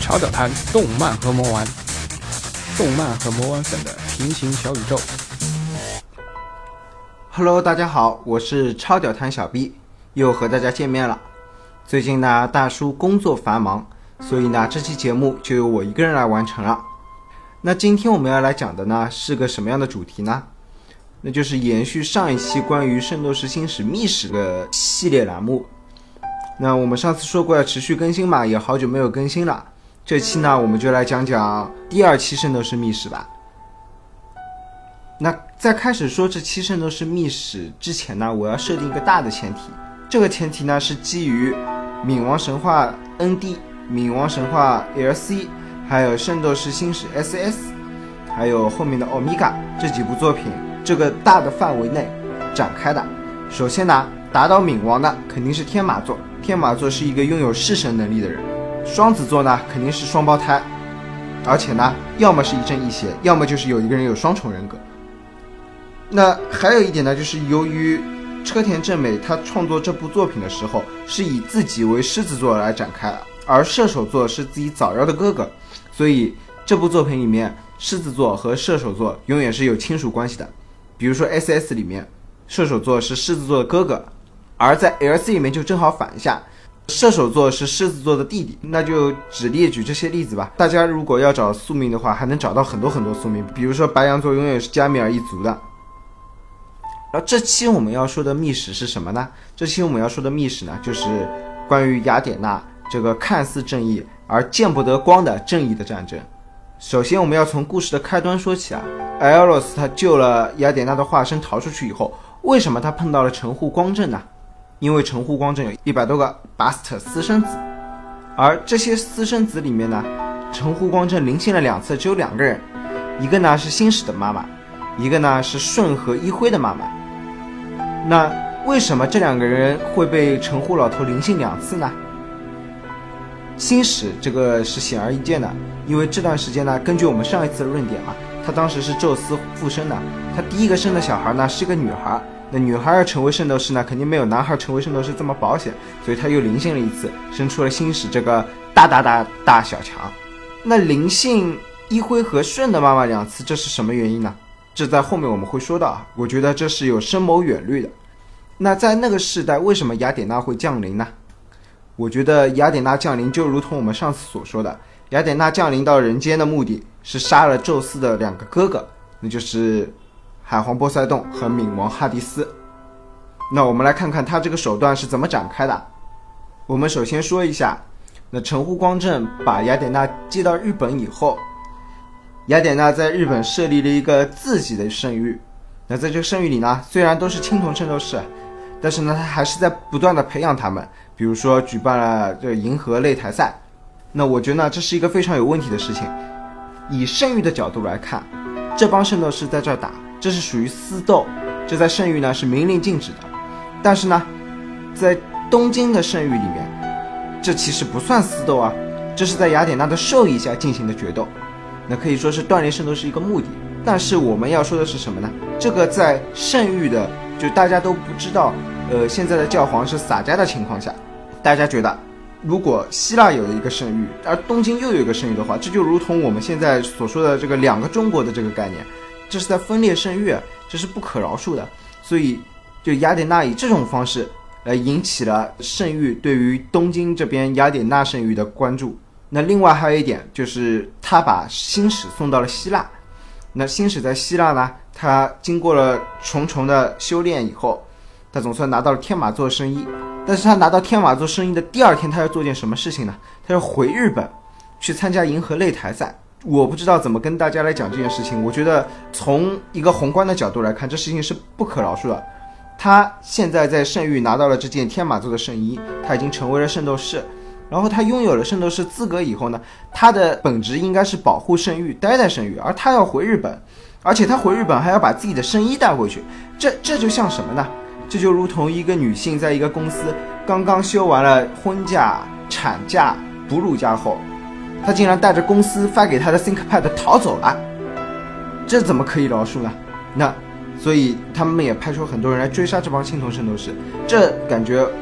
潮脚谈动漫和魔玩，动漫和魔玩粉的平行小宇宙。 Hello， 大家好，我是超屌谈小 B， 又和大家见面了。最近呢，大叔工作繁忙，所以呢，这期节目就由我一个人来完成了。那今天我们要来讲的呢，是个什么样的主题呢？那就是延续上一期关于《圣斗士星矢秘史》的系列栏目。那我们上次说过要持续更新嘛，也好久没有更新了。这期呢，我们就来讲讲第二期《圣斗士秘史》吧。那在开始说这期《圣斗士秘史》之前呢，我要设定一个大的前提。这个前提呢，是基于冥王神话 ND、冥王神话 LC， 还有《圣斗士星矢 SS， 还有后面的欧米伽这几部作品这个大的范围内展开的。首先呢，打倒冥王的肯定是天马座，天马座是一个拥有弑神能力的人。双子座呢，肯定是双胞胎，而且呢，要么是一正一邪，要么就是有一个人有双重人格。那还有一点呢，就是由于车田正美他创作这部作品的时候是以自己为狮子座来展开，而射手座是自己早夭的哥哥，所以这部作品里面狮子座和射手座永远是有亲属关系的。比如说 SS 里面射手座是狮子座的哥哥，而在 LC 里面就正好反一下，射手座是狮子座的弟弟。那就只列举这些例子吧，大家如果要找宿命的话还能找到很多很多宿命，比如说白羊座永远是加米尔一族的。然后这期我们要说的秘史是什么呢？这期我们要说的秘史呢，就是关于雅典娜这个看似正义而见不得光的正义的战争。首先我们要从故事的开端说起啊。埃奥洛斯他救了雅典娜的化身逃出去以后，为什么他碰到了神户光正呢？因为神户光正有100多个巴斯特私生子，而这些私生子里面呢，神户光正临幸了2次，只有2个人，一个呢是星矢的妈妈，一个呢是顺和一辉的妈妈。那为什么这2个人会被神户老头临幸2次呢？星矢这个是显而易见的，因为这段时间呢，根据我们上一次的论点嘛，他当时是宙斯附身的，他第一个生的小孩呢是个女孩，那女孩要成为圣斗士呢，肯定没有男孩成为圣斗士这么保险，所以他又临幸了1次，生出了星矢这个大小强。那临幸一辉和顺的妈妈2次，这是什么原因呢？这在后面我们会说到啊，我觉得这是有深谋远虑的。那在那个时代，为什么雅典娜会降临呢？我觉得雅典娜降临就如同我们上次所说的，雅典娜降临到人间的目的是杀了宙斯的2个哥哥，那就是海皇波塞冬和冥王哈迪斯。那我们来看看他这个手段是怎么展开的。我们首先说一下，那神户光正把雅典娜接到日本以后，雅典娜在日本设立了一个自己的圣域。那在这个圣域里呢，虽然都是青铜圣斗士，但是呢，他还是在不断的培养他们，比如说举办了这个银河擂台赛。那我觉得呢，这是一个非常有问题的事情。以圣域的角度来看，这帮圣斗士在这儿打，这是属于私斗，这在圣域呢是明令禁止的。但是呢，在东京的圣域里面，这其实不算私斗啊，这是在雅典娜的授意下进行的决斗。那可以说是锻炼圣斗士一个目的。但是我们要说的是什么呢？这个在圣域的就大家都不知道现在的教皇是洒家的情况下，大家觉得如果希腊有一个圣域，而东京又有一个圣域的话，这就如同我们现在所说的这个2个中国的这个概念，这是在分裂圣域，这是不可饶恕的。所以就雅典娜以这种方式来引起了圣域对于东京这边雅典娜圣域的关注。那另外还有一点就是他把星矢送到了希腊。那星矢在希腊呢，他经过了重重的修炼以后，他总算拿到了天马座圣衣。但是他拿到天马座圣衣的第2天，他要做件什么事情呢？他要回日本去参加银河擂台赛。我不知道怎么跟大家来讲这件事情。我觉得从一个宏观的角度来看，这事情是不可饶恕的。他现在在圣域拿到了这件天马座的圣衣，他已经成为了圣斗士，然后他拥有了圣斗士资格以后呢，他的本职应该是保护圣域，待在圣域，而他要回日本，而且他回日本还要把自己的圣衣带回去。这就像什么呢？这就如同一个女性在一个公司刚刚休完了婚假、产假、哺乳假后，她竟然带着公司发给她的 ThinkPad 逃走了，这怎么可以饶恕呢？那所以他们也派出很多人来追杀这帮青铜圣斗士，这感觉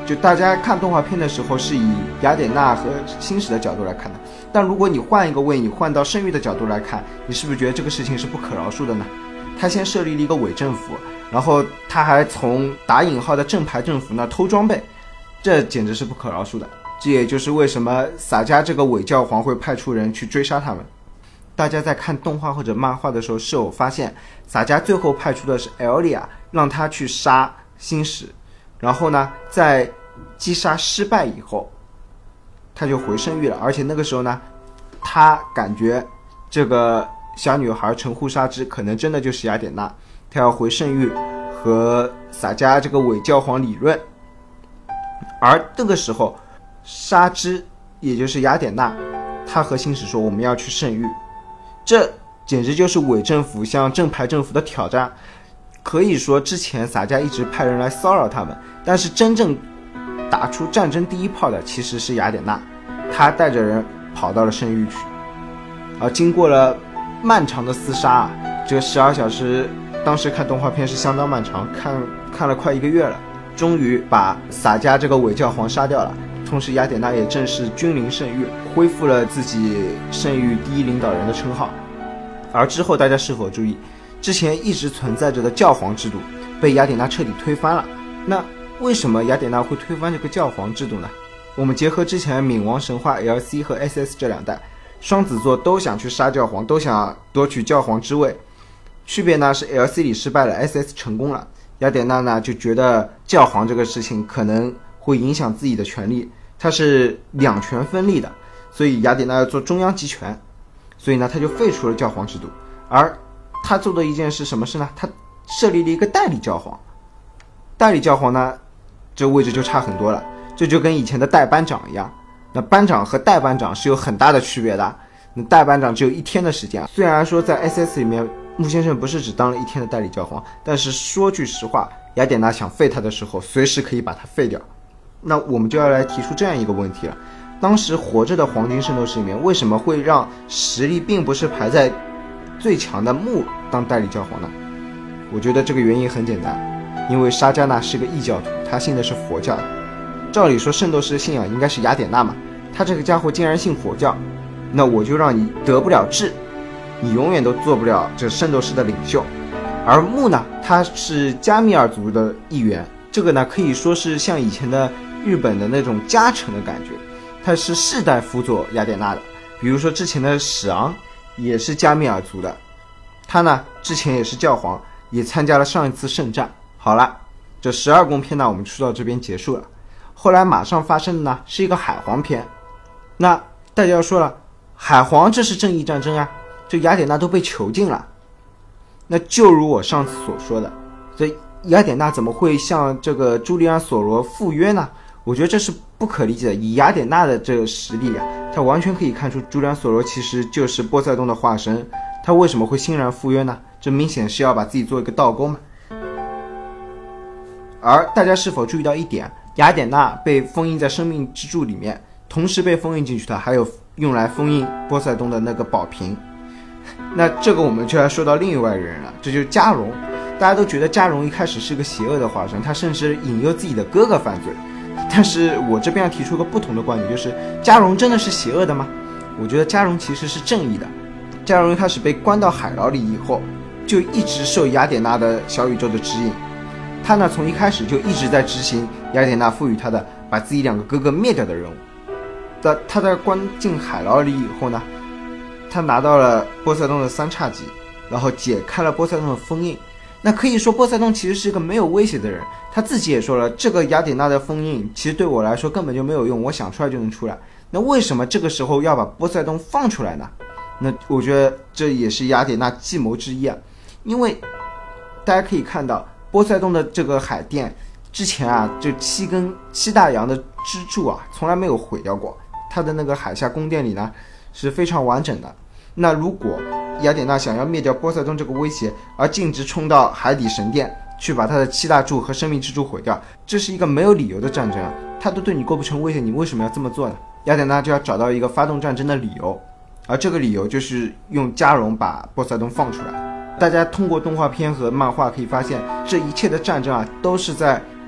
就大家看动画片的时候是以雅典娜和星矢的角度来看的，但如果你换一个位，你换到圣域的角度来看，你是不是觉得这个事情是不可饶恕的呢？他先设立了一个伪政府，然后他还从打引号的正牌政府那偷装备，这简直是不可饶恕的。这也就是为什么洒家这个伪教皇会派出人去追杀他们。大家在看动画或者漫画的时候，是否发现洒家最后派出的是 Eolia， 让他去杀星矢，然后呢，在击杀失败以后，他就回圣域了。而且那个时候呢，他感觉这个小女孩城户纱织可能真的就是雅典娜，他要回圣域和洒家这个伪教皇理论。而那个时候，纱织也就是雅典娜，他和星矢说我们要去圣域，这简直就是伪政府向正牌政府的挑战。可以说之前洒家一直派人来骚扰他们，但是真正打出战争第一炮的其实是雅典娜，她带着人跑到了圣域去。经过了漫长的厮杀啊，这个12小时当时看动画片是相当漫长，看了快1个月了，终于把洒家这个伪教皇杀掉了。同时雅典娜也正式君临圣域，恢复了自己圣域第一领导人的称号。而之后大家是否注意，之前一直存在着的教皇制度被雅典娜彻底推翻了。那为什么雅典娜会推翻这个教皇制度呢？我们结合之前冥王神话 LC 和 SS 这2代，双子座都想去杀教皇，都想夺取教皇之位。区别呢是 LC 里失败了， SS 成功了。雅典娜呢就觉得教皇这个事情可能会影响自己的权利，它是两权分立的，所以雅典娜要做中央集权，所以呢他就废除了教皇制度。而他做的一件事什么事呢？他设立了一个代理教皇。代理教皇呢这位置就差很多了，这就跟以前的代班长一样。那班长和代班长是有很大的区别的。那代班长只有1天的时间，虽然说在 SS 里面木先生不是只当了1天的代理教皇，但是说句实话，雅典娜想废他的时候随时可以把他废掉。那我们就要来提出这样一个问题了，当时活着的黄金圣斗士里面为什么会让实力并不是排在最强的木当代理教皇呢？我觉得这个原因很简单，因为沙加纳是个异教徒，他信的是佛教。照理说圣斗士的信仰应该是雅典娜嘛，他这个家伙竟然信佛教，那我就让你得不了志，你永远都做不了这圣斗士的领袖。而木呢，他是加密尔族的一员，这个呢可以说是像以前的日本的那种家臣的感觉，他是世代辅佐雅典娜的。比如说之前的史昂也是加密尔族的，他呢之前也是教皇，也参加了上一次圣战。好了，这12宫篇呢我们说到这边结束了。后来马上发生的呢是一个海皇篇。那大家要说了，海皇这是正义战争啊，这雅典娜都被囚禁了。那就如我上次所说的，这雅典娜怎么会向这个朱利安索罗赴约呢？我觉得这是不可理解的。以雅典娜的这个实力啊，他完全可以看出朱利安索罗其实就是波塞冬的化身，他为什么会欣然赴约呢？这明显是要把自己做一个倒钩嘛。而大家是否注意到一点，雅典娜被封印在生命之柱里面，同时被封印进去的还有用来封印波塞冬的那个宝瓶。那这个我们就要说到另外一个人了，这就是加荣。大家都觉得加荣一开始是个邪恶的化身，他甚至引诱自己的哥哥犯罪。但是我这边要提出个不同的观点，就是加荣真的是邪恶的吗？我觉得加荣其实是正义的。加荣一开始被关到海牢里以后，就一直受雅典娜的小宇宙的指引。他呢从一开始就一直在执行雅典娜赋予他的把自己2个哥哥灭掉的任务。他在关进海牢里以后呢，他拿到了波塞冬的3叉戟，然后解开了波塞冬的封印。那可以说波塞冬其实是一个没有威胁的人，他自己也说了，这个雅典娜的封印其实对我来说根本就没有用，我想出来就能出来。那为什么这个时候要把波塞冬放出来呢？那我觉得这也是雅典娜计谋之一啊。因为大家可以看到波塞冬的这个海殿之前啊，这7大洋的支柱啊从来没有毁掉过，它的那个海下宫殿里呢是非常完整的。那如果雅典娜想要灭掉波塞冬这个威胁，而径直冲到海底神殿去把他的7大柱和生命之柱毁掉，这是一个没有理由的战争啊，他都对你构不成威胁，你为什么要这么做呢？雅典娜就要找到一个发动战争的理由，而这个理由就是用加荣把波塞冬放出来。大家通过动画片和漫画可以发现，这一切的战争啊都是在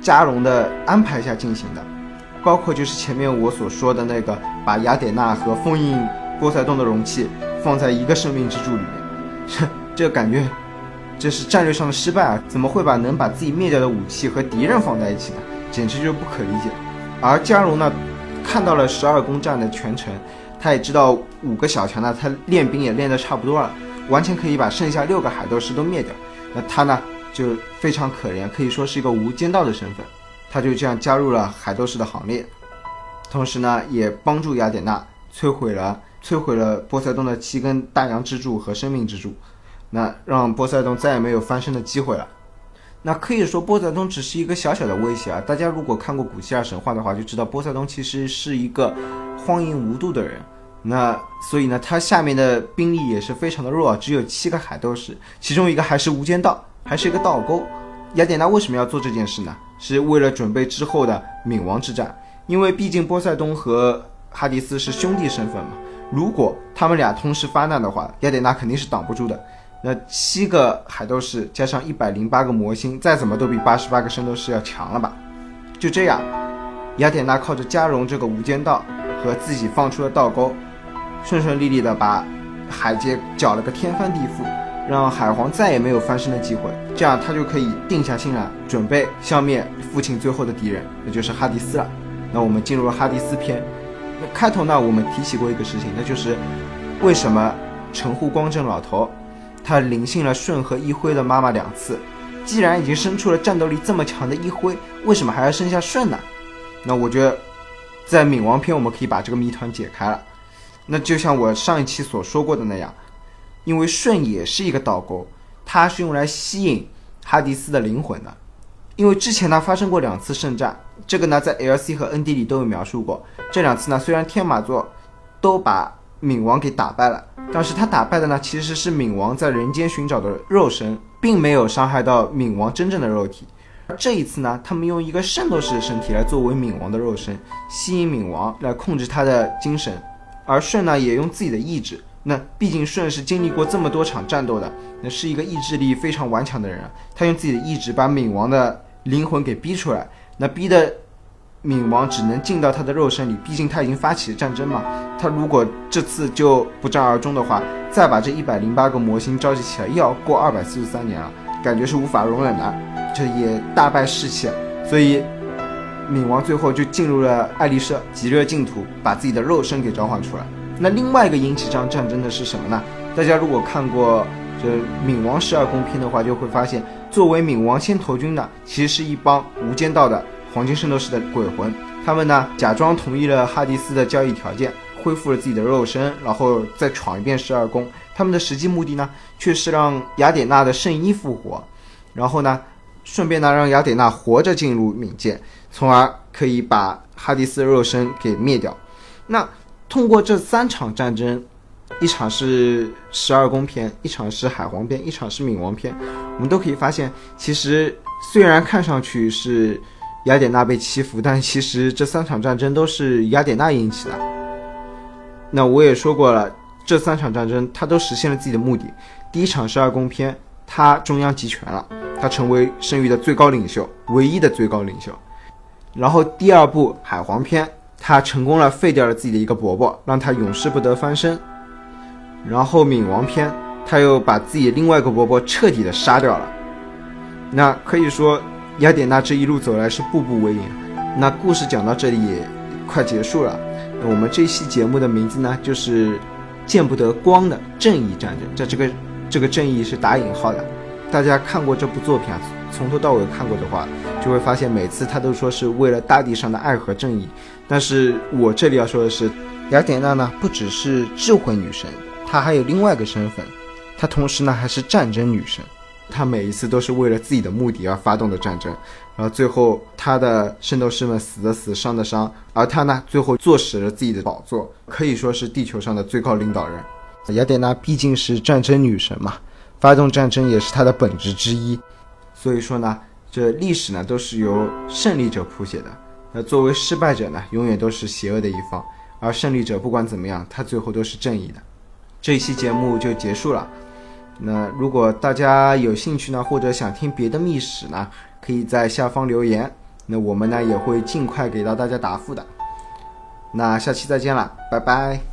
加隆的安排下进行的，包括就是前面我所说的那个把雅典娜和封印波塞冬的容器放在一个生命之柱里面，这感觉这是战略上的失败啊！怎么会把能把自己灭掉的武器和敌人放在一起呢？简直就是不可理解。而加隆呢，看到了12宫战的全程，他也知道5个小强呢，他练兵也练得差不多了，完全可以把剩下6个海斗士都灭掉。那他呢就非常可怜，可以说是一个无间道的身份，他就这样加入了海斗士的行列，同时呢也帮助雅典娜摧毁了波塞冬的7根大洋之柱和生命之柱，那让波塞冬再也没有翻身的机会了。那可以说波塞冬只是一个小小的威胁啊！大家如果看过古希腊神话的话，就知道波塞冬其实是一个荒淫无度的人。那所以呢，他下面的兵力也是非常的弱，只有7个海斗士，其中一个还是无间道，还是一个倒钩。雅典娜为什么要做这件事呢？是为了准备之后的冥王之战，因为毕竟波塞冬和哈迪斯是兄弟身份嘛，如果他们俩同时发难的话，雅典娜肯定是挡不住的。那7个海斗士加上108个魔星，再怎么都比88个圣斗士要强了吧？就这样，雅典娜靠着加戎这个无间道和自己放出的倒钩，顺顺利利的把海界搅了个天翻地覆，让海皇再也没有翻身的机会。这样他就可以定下心来，准备消灭父亲最后的敌人，也就是哈迪斯了。那我们进入了哈迪斯篇。那开头呢，我们提起过一个事情，那就是为什么神户光正老头他临幸了舜和一辉的妈妈2次，既然已经生出了战斗力这么强的一辉，为什么还要生下舜呢？那我觉得在冥王篇我们可以把这个谜团解开了。那就像我上一期所说过的那样，因为舜也是一个倒钩，它是用来吸引哈迪斯的灵魂的。因为之前呢发生过2次圣战，这个呢在 LC 和 ND 里都有描述过。这2次呢虽然天马座都把冥王给打败了，但是他打败的呢其实是冥王在人间寻找的肉身，并没有伤害到冥王真正的肉体。而这一次呢，他们用一个圣斗士的身体来作为冥王的肉身，吸引冥王来控制他的精神。而舜呢也用自己的意志，那毕竟舜是经历过这么多场战斗的，那是一个意志力非常顽强的人，他用自己的意志把冥王的灵魂给逼出来，那逼的冥王只能进到他的肉身里，毕竟他已经发起了战争嘛。他如果这次就不战而终的话，再把这108个魔星召集起来，又要过243年了，感觉是无法容忍的，这也大败士气了。所以冥王最后就进入了爱丽舍极乐净土，把自己的肉身给召唤出来。那另外一个引起这场战争的是什么呢？大家如果看过这冥王12宫篇的话，就会发现作为冥王先头军的其实是一帮无间道的黄金圣斗士的鬼魂，他们呢假装同意了哈迪斯的交易条件，恢复了自己的肉身，然后再闯一遍12宫。他们的实际目的呢，却是让雅典娜的圣衣复活，然后呢顺便呢让雅典娜活着进入冥界，从而可以把哈迪斯的肉身给灭掉。那通过这3场战争，一场是12宫篇，一场是海皇篇，一场是冥王篇，我们都可以发现，其实虽然看上去是雅典娜被欺负，但其实这3场战争都是雅典娜引起的。那我也说过了，这3场战争它都实现了自己的目的。第一场12宫篇，它中央集权了，它成为圣域的最高领袖，唯一的最高领袖。然后第2部海皇篇，他成功了废掉了自己的一个伯伯，让他永世不得翻身。然后冥王篇，他又把自己另外一个伯伯彻底的杀掉了。那可以说雅典娜这一路走来是步步为营。那故事讲到这里也快结束了，那我们这期节目的名字呢就是见不得光的正义战争，这个正义是打引号的。大家看过这部作品啊，从头到尾看过的话，就会发现每次他都说是为了大地上的爱和正义。但是我这里要说的是，雅典娜呢不只是智慧女神，她还有另外一个身份，她同时呢还是战争女神。她每一次都是为了自己的目的而发动的战争，然后最后她的圣斗士们死的死，伤的伤，而她呢最后坐实了自己的宝座，可以说是地球上的最高领导人。雅典娜毕竟是战争女神嘛，发动战争也是她的本质之一。所以说呢，这历史呢都是由胜利者谱写的，那作为失败者呢永远都是邪恶的一方，而胜利者不管怎么样，他最后都是正义的。这一期节目就结束了。那如果大家有兴趣呢，或者想听别的秘史呢，可以在下方留言， 那我们呢也会尽快给到大家答复的。那下期再见了，拜拜。